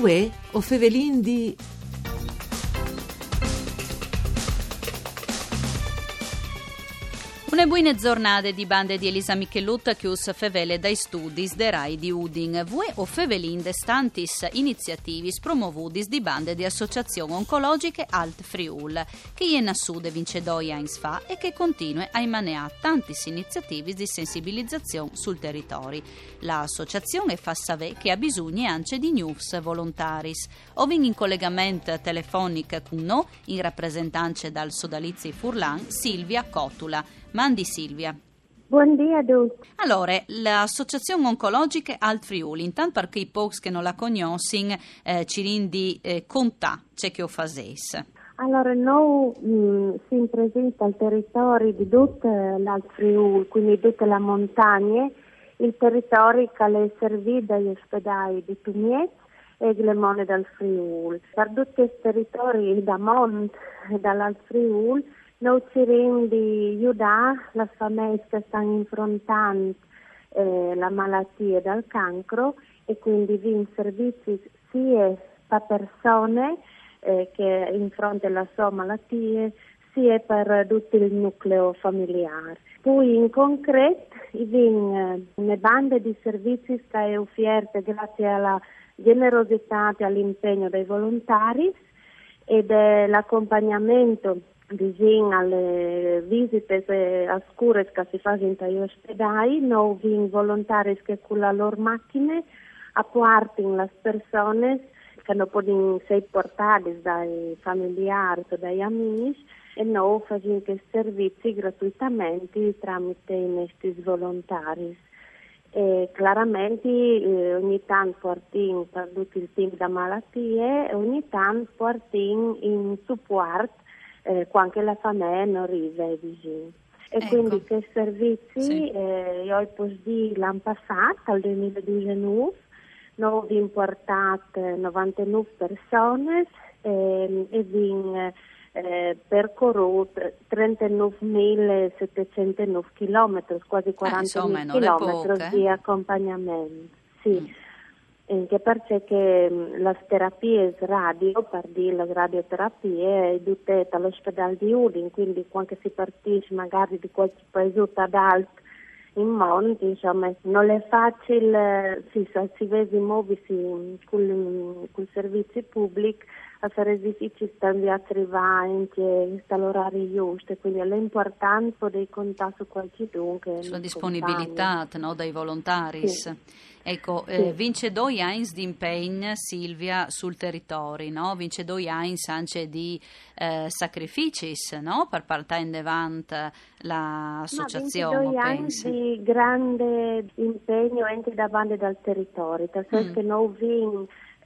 Uè, o fevelin di... Une buone giornate di bande di Elisa Michelutta che us fevele dai studi de Rai di Udin. Vue o fevelin de stantis iniziativis promovudis di bande di associazioni oncologiche Alt Friul, che in Sud vince 2 anni fa e che continua a emanare tantis iniziativi di sensibilizzazione sul territorio. L'associazione fa sapere che ha bisogno anche di news volontaris. Ovin in collegamento telefonico con noi, in rappresentanza dal Sodalizio Furlan, Silvia Cotula. Mandi Silvia. Buongiorno a tutti. Allora, l'Associazione Oncologiche Alt Friuli, intanto perché i pochi che non la conoscono, ci rindi contà c'è che ho fases. Allora, noi si presenta al territorio di tutto l'Alt Friuli, quindi tutte le montagne, il territorio che è servito dagli ospedali di Tumiet e Glemone dal Friuli. Per tutti questi territori da Mont e dall'Alt Friuli, noi cerchiamo di aiutare le famiglie che stanno affrontando la malattia del cancro e quindi vi servizi sia per persone che affrontano la sua malattia sia per tutto il nucleo familiare. Poi in concreto una banda di servizi che è offerta grazie alla generosità e all'impegno dei volontari e dell'accompagnamento vicino alle visite a scure che si fanno negli ospedali. Noi abbiamo volontari che con la loro macchina apportano le persone che non possono essere portate dai familiari o dagli amici e noi facciamo questi servizi gratuitamente tramite i nostri volontari. E chiaramente ogni tanto portiamo per tutto il team da malattie e ogni tanto portiamo in supporto quando la famiglia non arriva vicino. E ecco. Quindi che servizi io posso dire l'anno passato, al 2019, noi abbiamo portato 99 persone e abbiamo percorso 39.709 chilometri, quasi 40.000 chilometri di accompagnamento. Sì. Anche perché le terapie radio, per dire le radioterapie, è tutte all'ospedale di Udine, quindi quando si partisce magari di qualche paese ad alto in monte, insomma, non è facile, si vede muoversi con servizi pubblici, a fare difficile di arrivare anche all'orario giusto, quindi è importante poter contare su qualcuno sulla disponibilità, no, dai volontari. Sì. Ecco, sì. Vince 2 anni di impegno, Silvia, sul territorio, no? Vince 2 anni anche di sacrifici, no? Per portare in avanti l'associazione. Vince 2 anni di grande impegno anche davanti dal territorio, perché noi abbiamo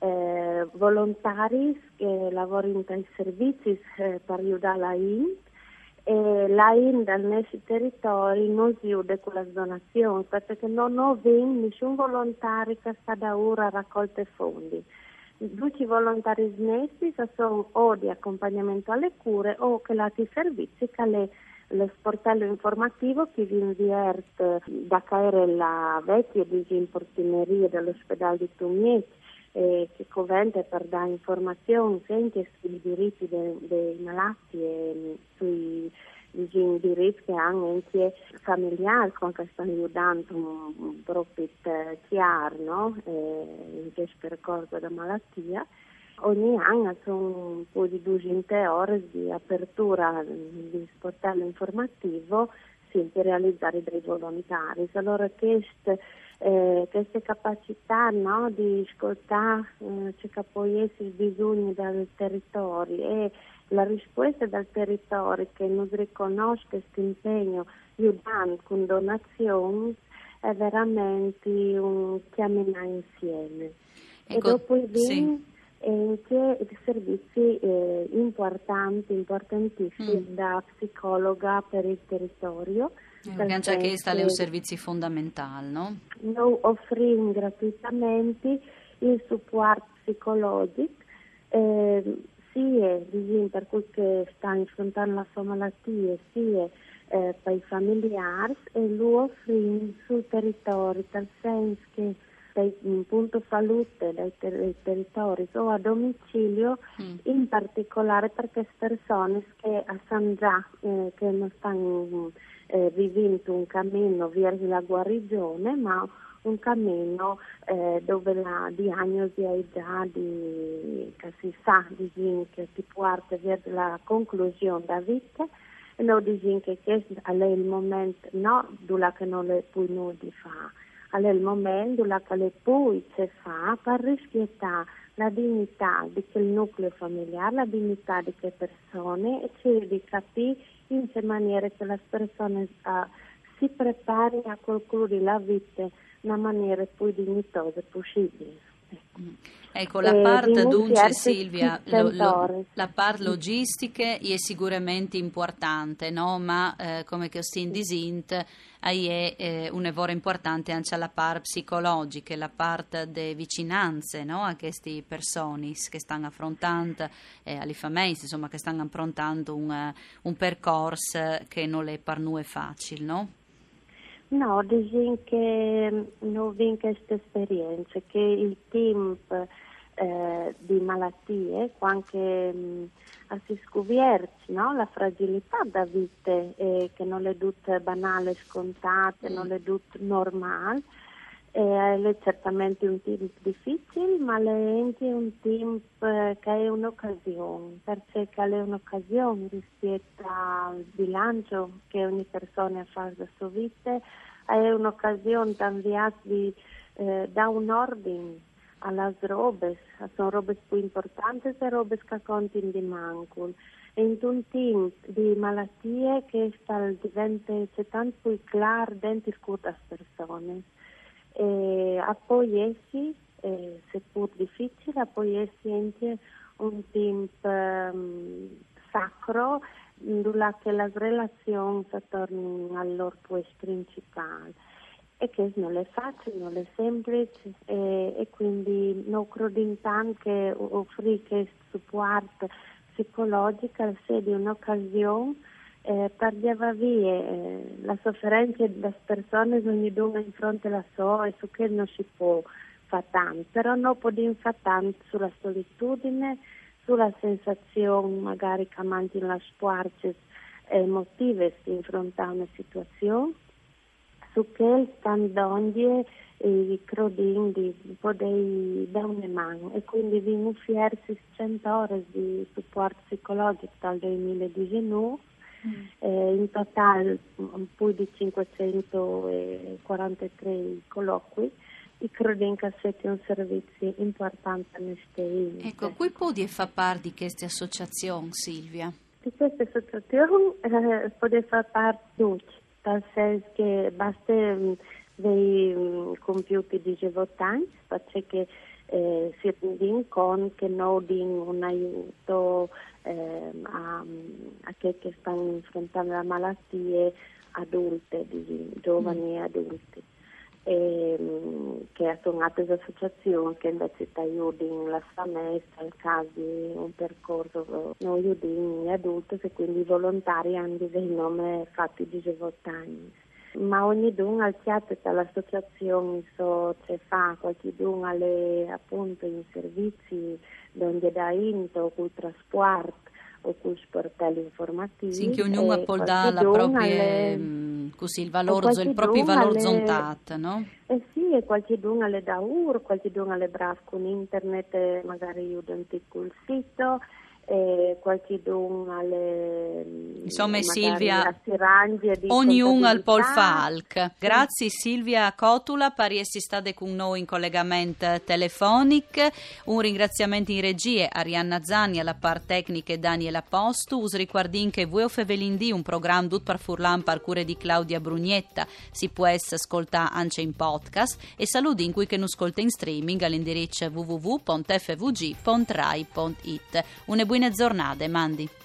volontari che lavorano nei servizi per aiutare l'AIN e l'AIN dal nostro territorio non si aiuta con le donazioni perché non abbiamo nessun volontario che sta da ora a raccolte fondi. Tutti i volontari smessi sono o di accompagnamento alle cure o che lati servizi che lo sportello informativo che vi invierte da caere la vecchia disimportineria dell'ospedale di Tumiet che covente per dare informazioni anche sui diritti dei malati e sui diritti che hanno anche familiari con che stanno aiutando un profit chiaro, no? In questo percorso della malattia. Ogni anno sono un po' di 200 ore di apertura di sportello informativo sempre realizzare dai volontari. Allora queste capacità, no, di ascoltare ciò che può essere il bisogno del territorio e la risposta del territorio che non riconosce questo impegno aiutando con donazioni è veramente un camminare insieme. Ecco, e dopo anche servizi importantissimi da psicologa per il territorio. Perché che sta un servizi fondamentali, no? Noi offriamo gratuitamente il supporto psicologico sia per cui che sta affrontando la sua malattia sia per i familiari e lo offriamo sul territorio, nel senso che dai punto salute, dai territori o a domicilio, in particolare per queste persone che sanno già che non stanno vivendo un cammino verso la guarigione, ma un cammino dove la diagnosi è già che si sa che ti porta verso la conclusione della vita, e non dicono che questo è il momento, no, dove non le puoi di fare. È il momento che le puoi fare per rispettare la dignità di quel nucleo familiare, la dignità di quelle persone, e cercare di capire in che maniera che le persone si preparino a concludere la vita in una maniera più dignitosa possibile. Ecco, la parte dunque, Silvia, la parte logistica è sicuramente importante, no? Ma come che Ostin disint è un lavoro importante anche la parte psicologica, la parte di vicinanze, no? A queste persone che stanno affrontando, alle famiglie, insomma, che stanno affrontando un percorso che non è per noi facile, no? No, diciamo che non vinco questa esperienza, che il tempo di malattie, anche a si scoperti, no? La fragilità da vita, che non è tutta banale, scontata, non è tutta normale, è certamente un tempo difficile, ma è anche un tempo che è un'occasione, perché è un'occasione rispetto al bilancio che ogni persona fa della sua vita, è un'occasione también di da un ordine alle robe, sono robe più importanti e robe che contano di manco. In un tempo di malattie che diventa tanto più chiaro dentro le persone. A poi essi, seppur difficile, poi essi anche un tempo sacro dove le relazioni tornano al loro posto principale. E che non è facile, non è semplice, e quindi non credo tanto che offrire questo supporto psicologico sia un'occasione per llevare via la sofferenza delle persone ognuno in fronte alla sua, e su che non si può fare tanto, però non possiamo fare tanto sulla solitudine, sulla sensazione magari che mangiano le squarce emotive di fronte a una situazione, su che stanno i crodini di poter dare una mano, e quindi vi offrirsi 100 ore di supporto psicologico dal 2019. In totale più di 543 colloqui. I credo che sia un servizio importante nel paese. Ecco, qui può fare parte di queste associazioni, Silvia? Di queste associazioni può fare parte tutti, nel senso che basta dei computer di Gevotanz, perché si rendono conto che non danno un aiuto a che stanno affrontando le malattie adulte, giovani e adulti, che sono altre associazioni che invece aiutano le famiglie nel caso di un percorso non aiutano gli adulti, e quindi i volontari hanno dei nomi fatti di Gevotanz. Ma ognuno al teatro dell'associazione che fa, qualcuno è appunto in servizi dove dà into, col trasporto o con sportelli informativi. Sì, che ognuno può dare la propria, così, il proprio valore zontato, no? Sì, e qualcuno le dà qualcuno le brava con internet, magari aiuta col sito, qualcuno alle, insomma, Silvia, ognuno al Pol Falc. Grazie Silvia Cotula per essere stata con noi in collegamento telefonico. Un ringraziamento in regie a Arianna Zani, alla parte tecnica e Daniela Postu. Us ricordin che voi Fevelindì, un programma tutto per Furlan per cure di Claudia Brugnetta, si può ascoltare anche in podcast, e saluti in cui che non ascolta in streaming all'indirizzo www.fvg.rai.it. Una buona giornata, Mandi.